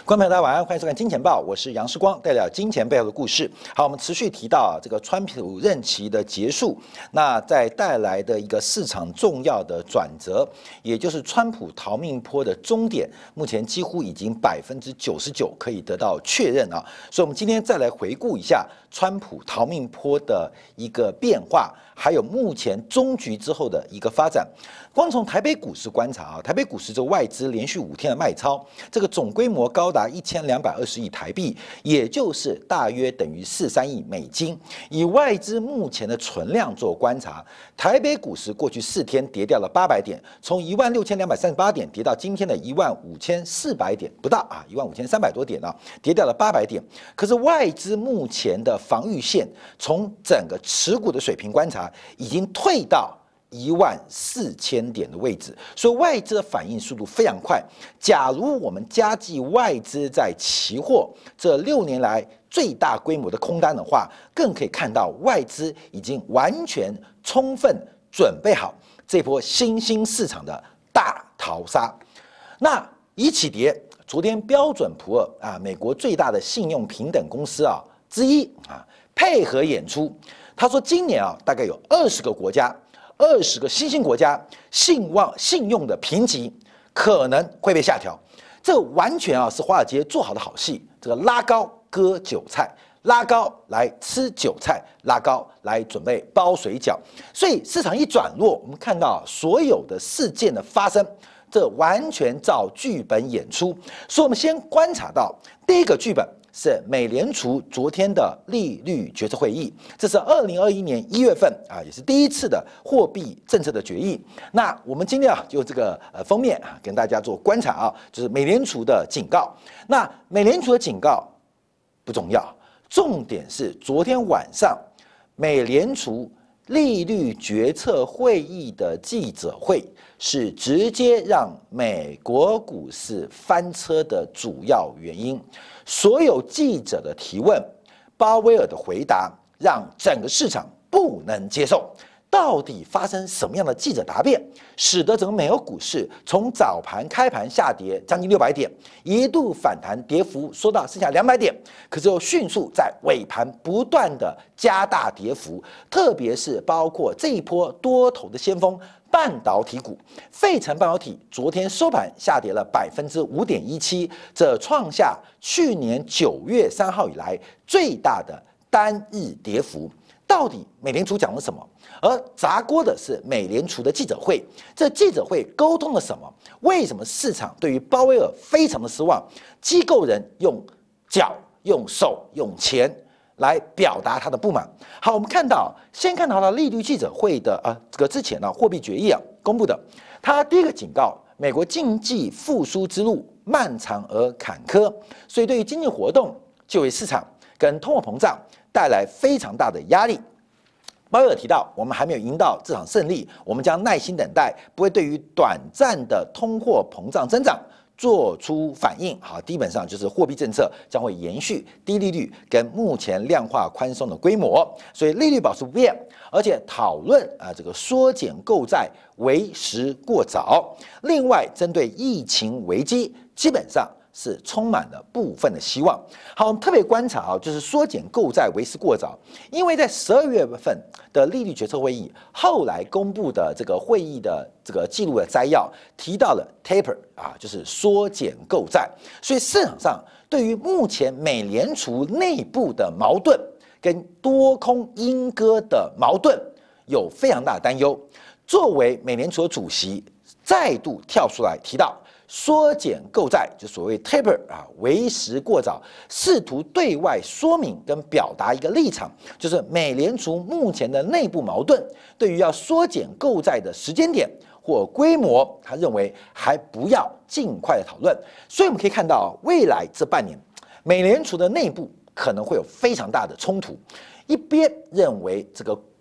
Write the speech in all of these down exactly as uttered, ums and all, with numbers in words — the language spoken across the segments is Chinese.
观众朋友大家晚安，欢迎收看《金钱报》，我是杨世光，带来金钱背后的故事。好，我们持续提到啊，这个川普任期的结束，那在带来的一个市场重要的转折，也就是川普逃命坡的终点，目前几乎已经百分之九十九可以得到确认啊。所以，我们今天再来回顾一下川普逃命坡的一个变化，还有目前终局之后的一个发展。光从台北股市观察啊，台北股市这个外资连续五天的卖超，这个总规模高达一千两百二十亿台币，也就是大约等于四三亿美金。以外资目前的存量做观察，台北股市过去四天跌掉了八百点，从一万六千两百三十八点跌到今天的一万五千四百点，不到啊，一万五千三百多点啊，跌掉了八百点。可是外资目前的防御线，从整个持股的水平观察，已经退到一万四千点的位置，所以外资的反应速度非常快。假如我们加计外资在期货这六年来最大规模的空单的话，更可以看到外资已经完全充分准备好这波新兴市场的大逃杀。那以起跌，昨天标准普尔啊，美国最大的信用平等公司啊之一啊，配合演出，他说今年啊大概有二十个国家。二十个新兴国家信望信用的评级可能会被下调，这完全啊是华尔街做好的好戏，这个拉高割韭菜，拉高来吃韭菜，拉高来准备包水饺。所以市场一转弱，我们看到所有的事件的发生，这完全照剧本演出。所以我们先观察到第一个剧本。是美联储昨天的利率决策会议，这是二零二一年一月份啊，也是第一次的货币政策的决议。那我们今天啊，就这个呃封面啊，跟大家做观察啊，就是美联储的警告。那美联储的警告不重要，重点是昨天晚上美联储利率决策会议的记者会是直接让美国股市翻车的主要原因。所有记者的提问，鲍威尔的回答，让整个市场不能接受。到底发生什么样的记者答辩，使得整个美国股市从早盘开盘下跌将近六百点，一度反弹跌幅缩到剩下两百点，可是又迅速在尾盘不断的加大跌幅，特别是包括这一波多头的先锋半导体股，费城半导体昨天收盘下跌了百分之五点一七，这创下去年九月三号以来最大的单日跌幅。到底美联储讲了什么？而砸锅的是美联储的记者会，这记者会沟通了什么？为什么市场对于鲍威尔非常的失望？机构人用脚、用手、用钱来表达他的不满。好，我们看到，先看到了利率记者会的啊，这个之前呢、啊，货币决议啊公布的，他第一个警告，美国经济复苏之路漫长而坎坷，所以对于经济活动、就业市场跟通货膨胀带来非常大的压力。鲍威尔提到，我们还没有赢到这场胜利，我们将耐心等待，不会对于短暂的通货膨胀增长做出反应。好，基本上就是货币政策将会延续低利率跟目前量化宽松的规模，所以利率保持不变，而且讨论啊这个缩减购债为时过早。另外，针对疫情危机，基本上是充满了部分的希望。好，我们特别观察啊，就是缩减购债为时过早，因为在十二月份的利率决策会议后来公布的这个会议的这个记录的摘要提到了 taper 啊，就是缩减购债，所以市场上对于目前美联储内部的矛盾跟多空鹰鸽的矛盾有非常大的担忧。作为美联储的主席，再度跳出来提到。缩减购债，就所谓 taper 啊，为时过早，试图对外说明跟表达一个立场，就是美联储目前的内部矛盾，对于要缩减购债的时间点或规模，他认为还不要尽快的讨论。所以我们可以看到，未来这半年，美联储的内部可能会有非常大的冲突，一边认为这个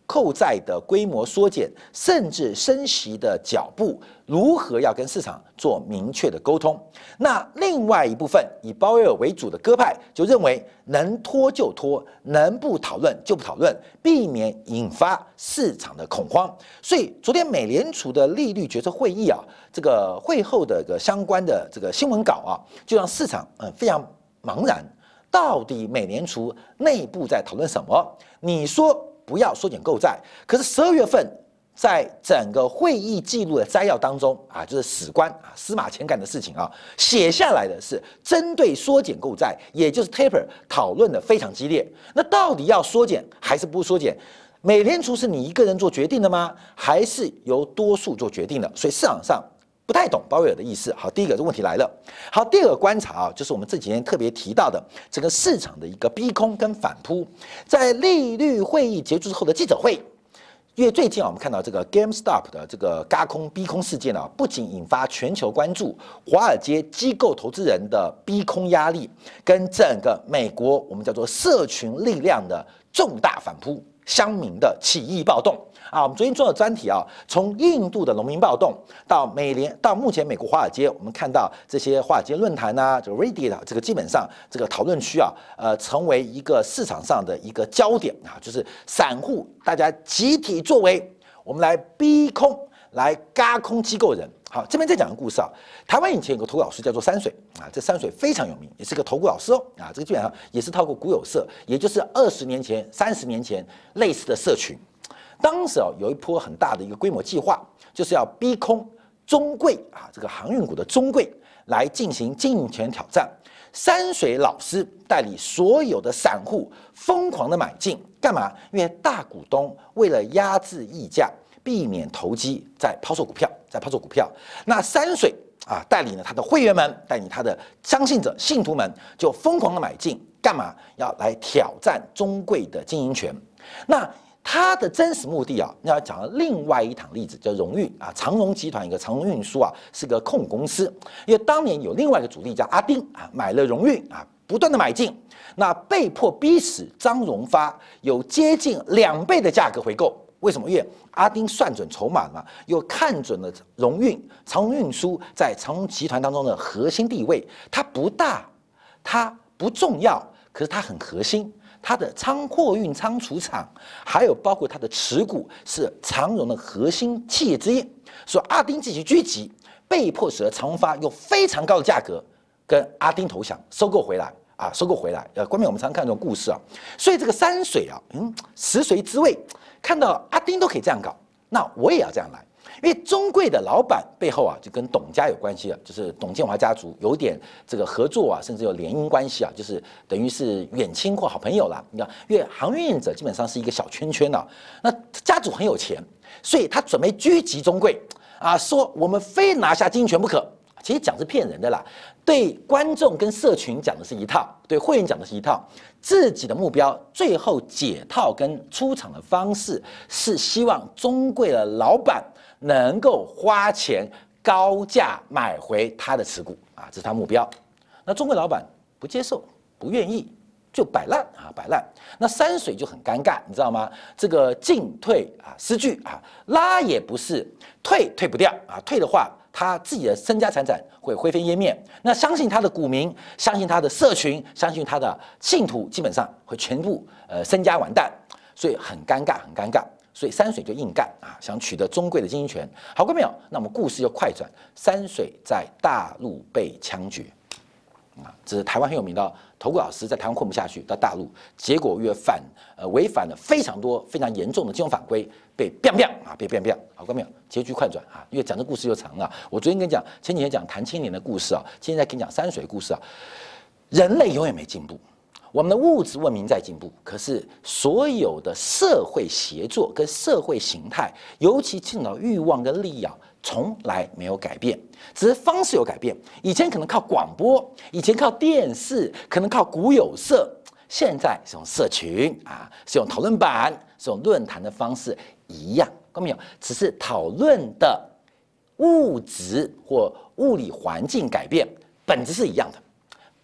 购债的规模缩减，甚至升息的脚步，如何要跟市场做明确的沟通？那另外一部分以鲍威尔为主的鸽派就认为，能拖就拖，能不讨论就不讨论，避免引发市场的恐慌。所以昨天美联储的利率决策会议啊，这个会后的个相关的这个新闻稿啊，就让市场嗯非常茫然。到底美联储内部在讨论什么？你说不要缩减购债，可是十二月份在整个会议记录的摘要当中啊，就是史官啊司马迁干的事情啊，写下来的是针对缩减购债，也就是 taper 讨论的非常激烈。那到底要缩减还是不缩减？美联储是你一个人做决定的吗？还是由多数做决定的？所以市场上不太懂鲍威尔的意思。好，第一个这问题来了。好，第二个观察啊，就是我们这几天特别提到的整个市场的一个逼空跟反扑，在利率会议结束之后的记者会。因为最近啊，我们看到这个 GameStop 的这个轧空逼空事件啊，不仅引发全球关注，华尔街机构投资人的逼空压力，跟整个美国我们叫做社群力量的重大反扑，乡民的起义暴动。啊，我们昨天做的专题啊，从印度的农民暴动到美联，到目前美国华尔街，我们看到这些华尔街论坛呐，这个 Reddit 这个基本上这个讨论区啊，呃，成为一个市场上的一个焦点啊，就是散户大家集体作为，我们来逼空，来轧空机构人。好，这边再讲个故事啊，台湾以前有个投顾老师叫做山水啊，这山水非常有名，也是个投顾老师哦啊，这个基本上也是透过股有社，也就是二十年前、三十年前类似的社群。当时啊，有一波很大的一个规模计划，就是要逼空中贵啊，这个航运股的中贵来进行经营权挑战。山水老师带领所有的散户疯狂的买进，干嘛？因为大股东为了压制溢价，避免投机，在抛售股票，在抛售股票。那山水啊，带领了他的会员们，带领他的相信者、信徒们，就疯狂的买进，干嘛？要来挑战中贵的经营权。那他的真实目的啊，要讲另外一堂例子，叫荣运啊，长荣集团一个长荣运输啊，是个控公司。因为当年有另外一个主力叫阿丁啊，买了荣运啊，不断的买进，那被迫逼使张荣发有接近两倍的价格回购。为什么？因为阿丁算准筹码嘛，又看准了荣运、长荣运输在长荣集团当中的核心地位，它不大，它不重要，可是它很核心。它的仓货运仓储厂，还有包括它的持股是长荣的核心企业之一，所以阿丁继续狙击，被迫使得长荣发用非常高的价格跟阿丁投降，收购回来啊，收购回来。呃，关键我们常看这种故事啊，所以这个山水啊，嗯，食髓知味，看到阿丁都可以这样搞，那我也要这样来。因为中贵的老板背后啊，就跟董家有关系了，就是董建华家族有点这个合作啊，甚至有联姻关系啊，就是等于是远亲或好朋友啦。你看，因为航运者基本上是一个小圈圈啊，那家族很有钱，所以他准备狙击中贵啊，说我们非拿下经营权不可。其实讲是骗人的啦，对观众跟社群讲的是一套，对会员讲的是一套，自己的目标最后解套跟出场的方式是希望中贵的老板能够花钱高价买回他的持股啊，这是他目标。那中贵老板不接受，不愿意，就摆烂啊，摆烂。那山水就很尴尬，你知道吗？这个进退啊失据啊，拉也不是，退退不掉啊，退的话。他自己的身家财产会灰飞烟灭，那相信他的股民，相信他的社群，相信他的信徒，基本上会全部呃身家完蛋，所以很尴尬，很尴尬。所以山水就硬干啊，想取得中贵的经营权。好过没有？那我们故事又快转，山水在大陆被枪决啊，这是台湾很有名的投顾老师，在台湾混不下去，到大陆，结果越反呃违反了非常多非常严重的金融法规。被 biang biang 啊，被 biang biang， 好，看没有？结局快转啊，因为讲这故事又长了。我昨天跟你讲，前几天讲谭青年的故事啊，今天再跟你讲山水故事啊。人类永远没进步，我们的物质文明在进步，可是所有的社会协作跟社会形态，尤其进到欲望跟利益啊，从来没有改变，只是方式有改变。以前可能靠广播，以前靠电视，可能靠股有社，现在是用社群啊，是用讨论板，是用论坛的方式。一样，看到没有？只是讨论的物质或物理环境改变，本质是一样的。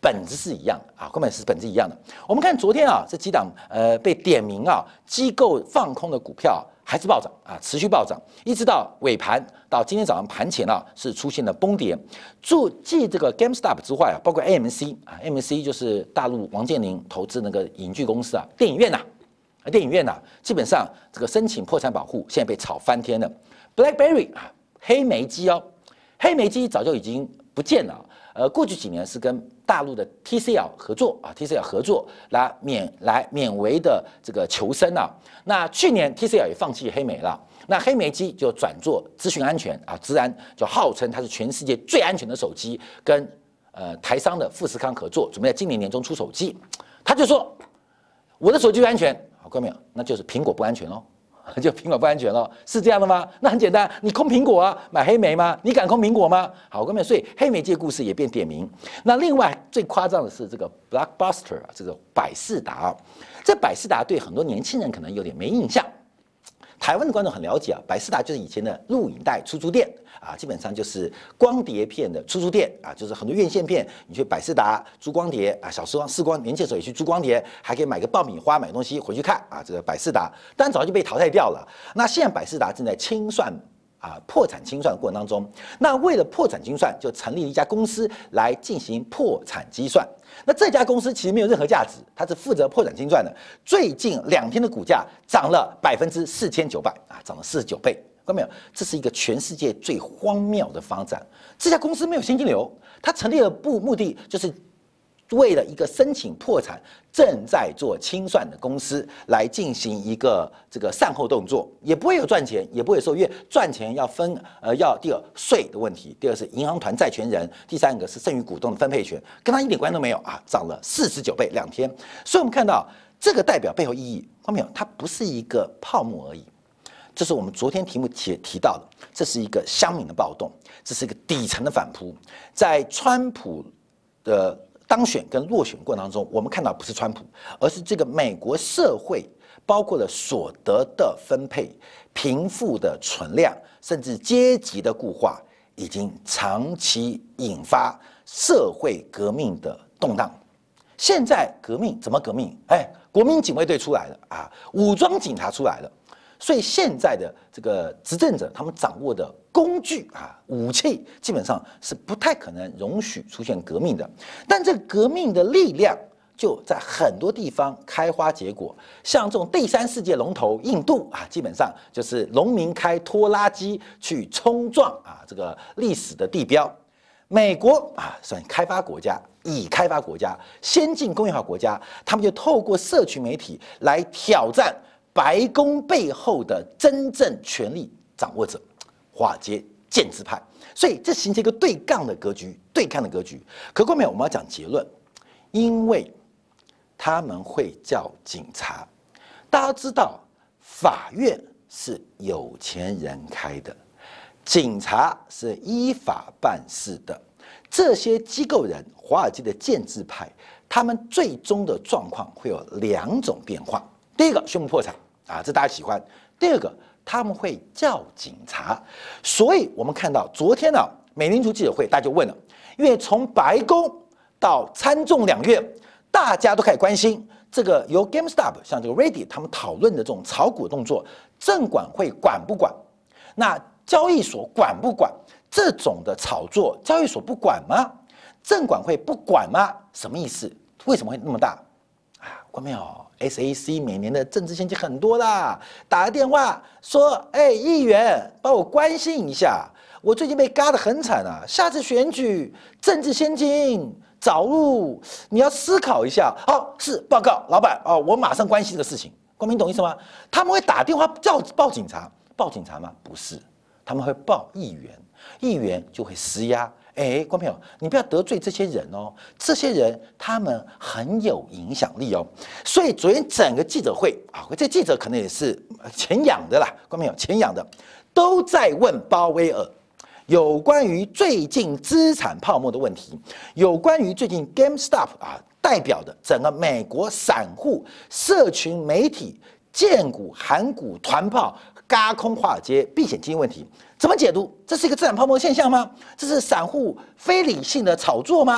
本质是一样的啊，根本是本质一样的。我们看昨天啊，这几档呃被点名啊机构放空的股票还是暴涨啊，持续暴涨，一直到尾盘到今天早上盘前啊是出现了崩跌。注继这个 GameStop 之外啊，包括 A M C 啊 ，A M C 就是大陆王健林投资那个影剧公司啊，电影院呐、啊，电影院呐、啊，基本上这个申请破产保护，现在被炒翻天了。BlackBerry 啊，黑莓机哦，黑莓机早就已经不见了。呃，过去几年是跟大陆的 T C L 合作啊 ，T C L 合作来免来免为的这个求生啊。那去年 T C L 也放弃黑莓了，那黑莓机就转做资讯安全啊，资安就号称它是全世界最安全的手机，跟呃台商的富士康合作，准备在今年年中出手机。他就说我的手机安全，好，看到没有？那就是苹果不安全哦。就苹果不安全了，是这样的吗？那很简单，你空苹果啊，买黑莓吗？你敢空苹果吗？好，各位，所以黑莓界故事也变点名。那另外最夸张的是这个 Blockbuster 啊，这个百视达啊，这百视达对很多年轻人可能有点没印象。台湾的观众很了解啊，百视达就是以前的录影带出租店啊，基本上就是光碟片的出租店啊，就是很多院线片，你去百视达租光碟啊，小时光、视光年轻的时候也去租光碟，还可以买个爆米花买东西回去看啊，这个百视达，但早就被淘汰掉了。那现在百视达正在清算。啊，破产清算的过程当中，那为了破产清算，就成立了一家公司来进行破产清算。那这家公司其实没有任何价值，它是负责破产清算的。最近两天的股价涨了百分之四千九百啊，涨了四十九倍。看到没有？这是一个全世界最荒谬的发展。这家公司没有现金流，它成立的目目的就是为了一个申请破产、正在做清算的公司来进行一个这个善后动作，也不会有赚钱，也不会收月，赚钱要分呃要第二税的问题，第二是银行团债权人，第三个是剩余股东的分配权，跟他一点关系都没有啊，涨了四十九倍两天，所以我们看到这个代表背后意义，看到没有？它不是一个泡沫而已。这是我们昨天题目提提到的，这是一个乡民的暴动，这是一个底层的反扑，在川普的当选跟落选过程当中，我们看到不是川普，而是这个美国社会，包括了所得的分配、贫富的存量，甚至阶级的固化，已经长期引发社会革命的动荡。现在革命怎么革命？哎，国民警卫队出来了啊，武装警察出来了。所以现在的这个执政者，他们掌握的工具啊、武器，基本上是不太可能容许出现革命的。但这个革命的力量就在很多地方开花结果，像这种第三世界龙头印度啊，基本上就是农民开拖拉机去冲撞啊这个历史的地标。美国啊，算开发国家、已开发国家、先进工业化国家，他们就透过社群媒体来挑战白宫背后的真正权力掌握者——华尔街建制派，所以这形成一个对杠的格局，对抗的格局。可后面我们要讲结论，因为他们会叫警察。大家知道，法院是有钱人开的，警察是依法办事的。这些机构人，华尔街的建制派，他们最终的状况会有两种变化。第一个，宣布破产啊，这大家喜欢。第二个，他们会叫警察。所以我们看到昨天呢、啊，美联储记者会，大家就问了，因为从白宫到参众两院，大家都开始关心这个由 GameStop 像这个 Reddit 他们讨论的这种炒股动作，证管会管不管？那交易所管不管？这种的炒作，交易所不管吗？证管会不管吗？什么意思？为什么会那么大？啊，看没有 ？S A C 每年的政治献金很多啦，打个电话说，哎，议员帮我关心一下，我最近被嘎得很惨啊，下次选举政治献金找入，你要思考一下。好，是报告老板哦，我马上关心这个事情。光明懂意思吗？他们会打电话叫报警察，报警察吗？不是，他们会报议员，议员就会施压。哎，观众朋友，你不要得罪这些人哦，这些人他们很有影响力哦。所以昨天整个记者会啊，这记者可能也是钱养的啦，观众朋友，钱养的都在问鲍威尔有关于最近资产泡沫的问题，有关于最近 GameStop 啊代表的整个美国散户社群媒体荐股、喊股、团炮、轧空华尔街避险基金问题。怎么解读？这是一个资产泡沫现象吗？这是散户非理性的炒作吗？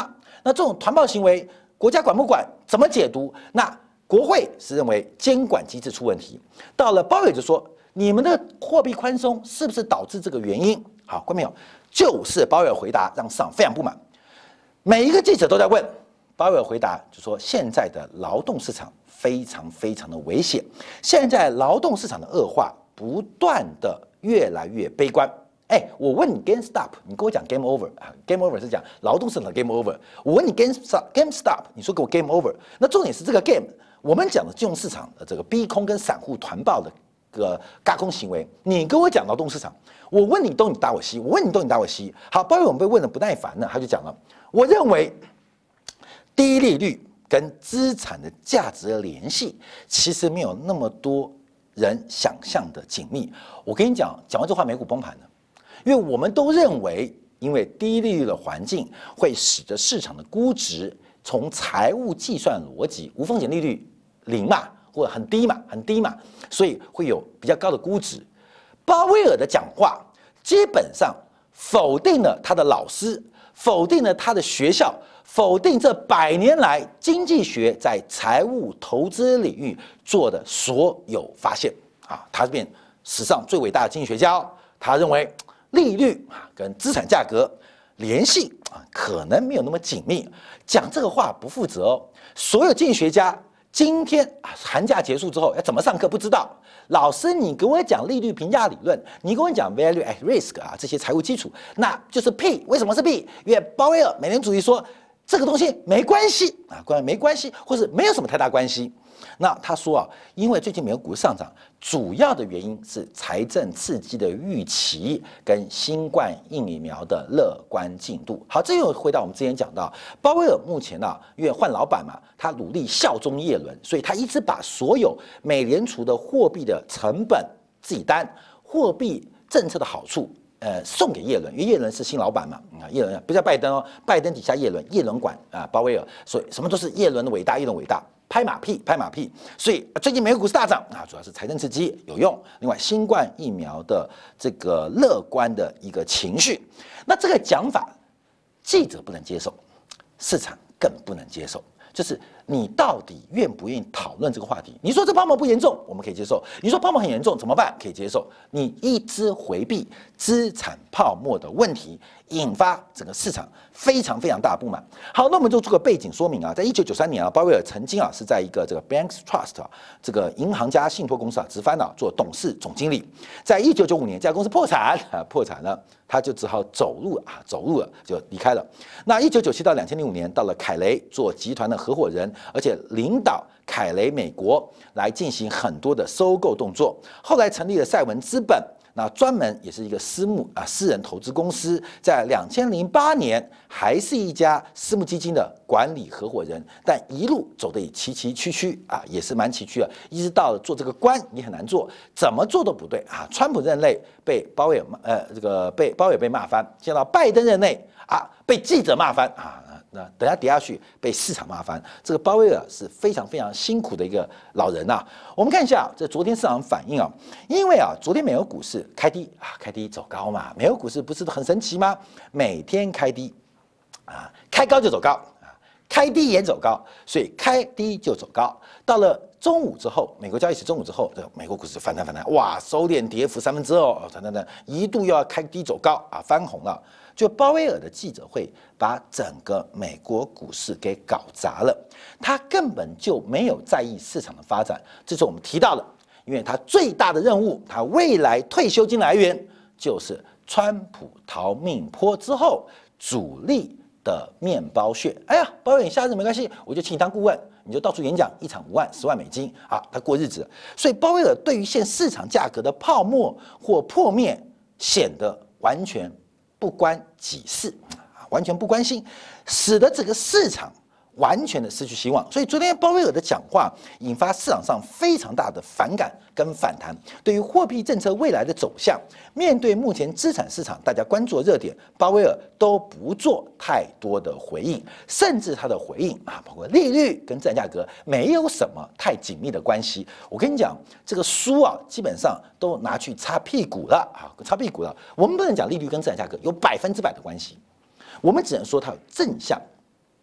那这种团报行为，国家管不管？怎么解读？那国会是认为监管机制出问题，到了鲍威尔就说，你们的货币宽松是不是导致这个原因？好，观众朋友，就是鲍威尔回答让市场非常不满，每一个记者都在问，鲍威尔回答就说，现在的劳动市场非常非常的危险，现在劳动市场的恶化不断的越来越悲观。哎，我问你 game stop， 你跟我讲 game over 啊 ，game over 是讲劳动市场的 game over。我问你 game stop game stop， 你说给我 game over。那重点是这个 game， 我们讲的金融市场的这个逼空跟散户团爆的个轧空行为，你跟我讲劳动市场，我问你东你打我西，我问你东你打我西。好，鲍威尔我们被问的不耐烦了，他就讲了，我认为低利率跟资产的价值的联系，其实没有那么多人想象的紧密。我跟你讲，讲完这话美股崩盘了。因为我们都认为，因为低利率的环境会使得市场的估值从财务计算逻辑，无风险利率零嘛，或者很低嘛，很低嘛，所以会有比较高的估值。鲍威尔的讲话基本上否定了他的老师，否定了他的学校，否定这百年来经济学在财务投资领域做的所有发现啊，他变史上最伟大的经济学家。他认为利率啊跟资产价格联系啊可能没有那么紧密，讲这个话不负责哦。所有经济学家今天啊寒假结束之后要怎么上课不知道。老师，你给我讲利率评价理论，你跟我讲 value at risk 啊这些财务基础，那就是屁。为什么是屁？因为鲍威尔美联主义说这个东西没关系啊，关没关系，或是没有什么太大关系。那他说啊，因为最近美国股市上涨，主要的原因是财政刺激的预期跟新冠疫苗的乐观进度。好，这又回到我们之前讲到，鲍威尔目前啊，因为换老板嘛，他努力效忠耶伦，所以他一直把所有美联储的货币的成本自己担，货币政策的好处。呃，送给耶伦，因为耶伦是新老板嘛，啊，耶伦不叫拜登哦，拜登底下耶伦，耶伦管啊，鲍威尔，所以什么都是耶伦的伟大，耶伦伟大，拍马屁，拍马屁。所以最近美国股市大涨啊，主要是财政刺激有用，另外新冠疫苗的这个乐观的一个情绪，那这个讲法，记者不能接受，市场更不能接受。就是你到底愿不愿意讨论这个话题？你说这泡沫不严重，我们可以接受；你说泡沫很严重，怎么办？可以接受。你一直回避资产泡沫的问题，引发整个市场非常非常大的不满。好，那我们就做个背景说明啊，在一九九三年啊，鲍威尔曾经啊是在一个这个 Banks Trust 啊这个银行家信托公司啊直翻啊做董事总经理。在一九九五年，这家公司破产啊破产了。他就只好走路啊，走路了就离开了。那一九九七到两千零五年，到了凯雷做集团的合伙人，而且领导凯雷美国来进行很多的收购动作。后来成立了赛文资本，那专门也是一个私募啊私人投资公司。在两千零八年，还是一家私募基金的管理合伙人，但一路走得也崎崎岖岖啊，也是蛮崎岖的。一直到了做这个官也很难做，怎么做都不对啊。川普任内被鲍威尔呃这个被鲍威尔被骂翻，现在到拜登任内啊被记者骂翻啊。那等下跌下去被市场骂翻，这个鲍威尔是非常非常辛苦的一个老人呐、啊。我们看一下这昨天市场反应啊，因为啊昨天美国股市开低啊开低走高嘛，美国股市不是很神奇吗？每天开低啊，开高就走高啊，开低也走高，所以开低就走高。到了中午之后，美国交易时中午之后，这美国股市反弹反弹，哇，收敛跌幅三分之二哦，等等等，一度又要开低走高啊，翻红了。就鲍威尔的记者会把整个美国股市给搞砸了，他根本就没有在意市场的发展，这是我们提到的，因为他最大的任务，他未来退休金来源就是川普逃命坡之后主力的面包屑。哎呀，鲍威尔你下次没关系，我就请你当顾问，你就到处演讲，一场五万、十万美金啊，他过日子。所以鲍威尔对于现市场价格的泡沫或破灭，显得完全不关己事，完全不关心，使得整个市场完全的失去希望。所以昨天鲍威尔的讲话引发市场上非常大的反感跟反弹。对于货币政策未来的走向，面对目前资产市场大家关注的热点，鲍威尔都不做太多的回应，甚至他的回应啊，包括利率跟资产价格没有什么太紧密的关系。我跟你讲，这个书啊，基本上都拿去擦屁股了啊，擦屁股了。我们不能讲利率跟资产价格有百分之百的关系，我们只能说它有正向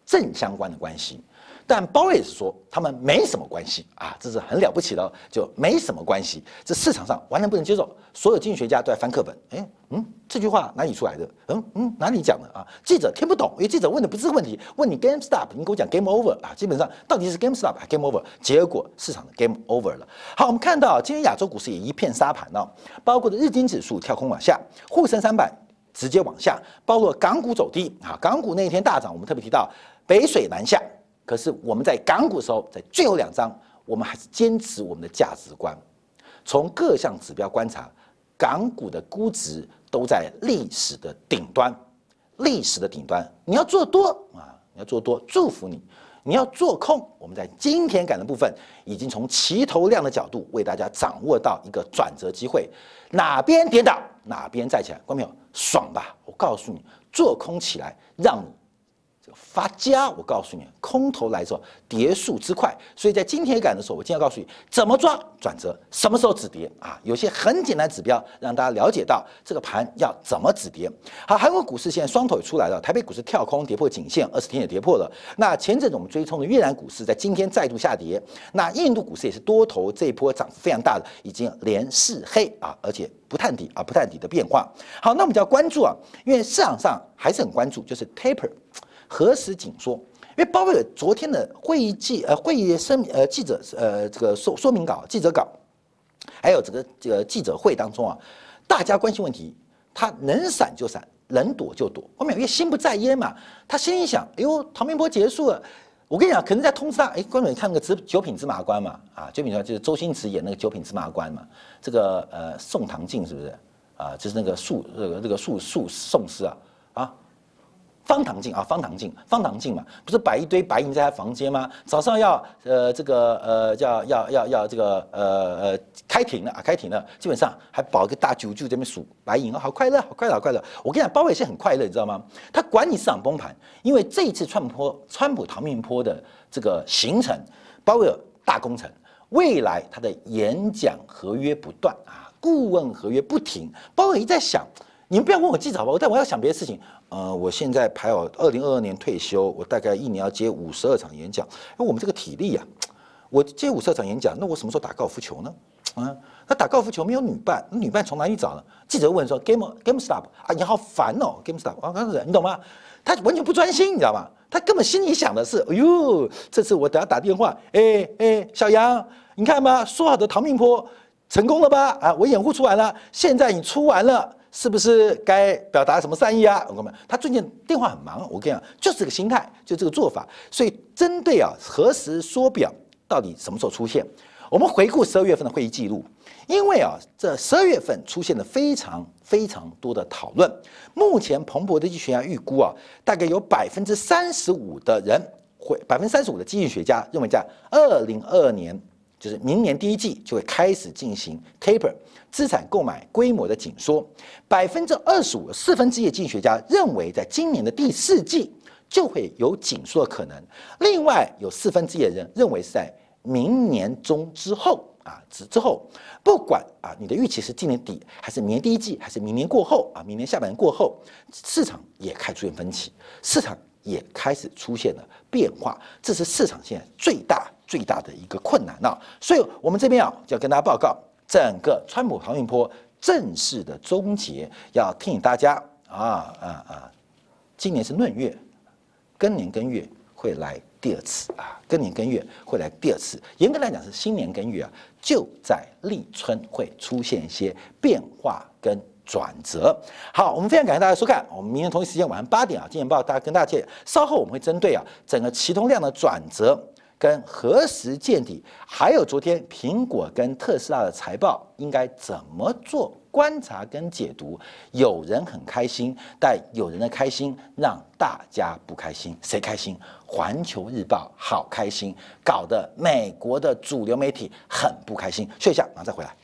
正相关的关系。但鲍威尔说他们没什么关系啊，这是很了不起的哦，就没什么关系，这市场上完全不能接受。所有经济学家都在翻课本，哎，嗯，这句话哪里出来的？嗯嗯，哪里讲的啊？记者听不懂，因为记者问的不是问题，问你 GameStop， 你给我讲 Game Over 啊，基本上到底是 GameStop 还是 Game Over？ 结果市场的 Game Over 了。好，我们看到今天亚洲股市也一片沙盘哦，包括的日经指数跳空往下，沪深三百直接往下，包括港股走低啊，港股那一天大涨，我们特别提到北水南下。可是我们在港股的时候，在最后两章，我们还是坚持我们的价值观。从各项指标观察，港股的估值都在历史的顶端，历史的顶端。你要做多啊，你要做多，祝福你；你要做空，我们在今天感的部分，已经从齐头量的角度为大家掌握到一个转折机会，哪边跌倒，哪边站起来，观众朋友爽吧？我告诉你，做空起来，让你发家，我告诉你，空头来的时候跌速之快，所以在今天感的时候，我今天要告诉你怎么抓转折，什么时候止跌啊？有些很简单的指标，让大家了解到这个盘要怎么止跌。好，韩国股市现在双头也出来了，台北股市跳空跌破颈线，二十天也跌破了。那前阵子我们追踪的越南股市在今天再度下跌，那印度股市也是多头这一波涨幅非常大的，已经连四黑啊，而且不探底啊，不探底的变化。好，那我们就要关注啊，因为市场上还是很关注，就是 taper。何时紧缩？因为鲍威尔昨天的会议记呃会议声呃记者呃这个说说明稿记者稿，还有这个这个记者会当中啊，大家关心问题，他能闪就闪，能躲就躲。后面因为心不在焉嘛，他心里想，哎呦，唐明波结束了。我跟你讲，可能在通知他，哎，观众你看那个《九品芝麻官》嘛，啊，九品芝麻就是周星驰演那个九品芝麻官嘛，这个呃宋唐镜是不是啊？就是那个术这个这个术术宋诗啊啊。方唐镜啊，方唐镜，方唐镜嘛，不是摆一堆白银在他房间吗？早上要呃这个呃叫要要要这个呃呃开庭了啊，开庭了，基本上还保一个大九九这边数白银啊，好快乐，好快乐，好快乐。我跟你讲，鲍威尔是很快乐，你知道吗？他管你市场崩盘，因为这一次川普川普唐命坡的这个行程，鲍威尔大工程，未来他的演讲合约不断啊，顾问合约不停，鲍威尔一直在想。你们不要问我记者好不好？但我要想别的事情。呃，我现在排好，二零二二年退休，我大概一年要接五十二场演讲。因为我们这个体力啊，我接五十二场演讲，那我什么时候打高尔夫球呢？啊，那打高尔夫球没有女伴，女伴从哪里找呢？记者问说 ，Game GameStop 啊，你好烦哦 ，GameStop 啊，你懂吗？他完全不专心，你知道吗？他根本心里想的是，哎呦，这次我等下打电话，哎哎，小杨，你看吧，说好的唐命坡成功了吧？啊，我掩护出来了，现在你出完了。是不是该表达什么善意啊？我们他最近电话很忙，我跟你讲，就是这个心态，就这个做法。所以针对啊何时缩表，到底什么时候出现？我们回顾十二月份的会议记录，因为啊这十二月份出现了非常非常多的讨论。目前彭博的经济学家预估啊，大概有百分之三十五的人会，百分之三十五的经济学家认为在二零二二年。就是明年第一季就会开始进行 taper 资产购买规模的紧缩，百分之二十五四分之一的经济学家认为，在今年的第四季就会有紧缩的可能。另外有四分之一的人认为是在明年中之后啊之之后，不管啊你的预期是今年底还是明年第一季还是明年过后啊明年下半年过后，市场也开始出现分歧，市场也开始出现了变化，这是市场现在最大。最大的一个困难啊，所以我们这边啊就要跟大家报告，整个川普唐命坡正式的终结，要提醒大家啊啊啊，今年是闰月，庚年庚月会来第二次啊，庚年庚月会来第二次，严格来讲是新年庚月啊，就在立春会出现一些变化跟转折。好，我们非常感谢大家收看，我们明天同一时间晚上八点啊，今年报大家跟大家介，稍后我们会针对啊整个齐通量的转折。跟何时见底，还有昨天苹果跟特斯拉的财报应该怎么做观察跟解读？有人很开心，但有人的开心让大家不开心。谁开心？环球日报好开心，搞得美国的主流媒体很不开心。休息一下，马上再回来。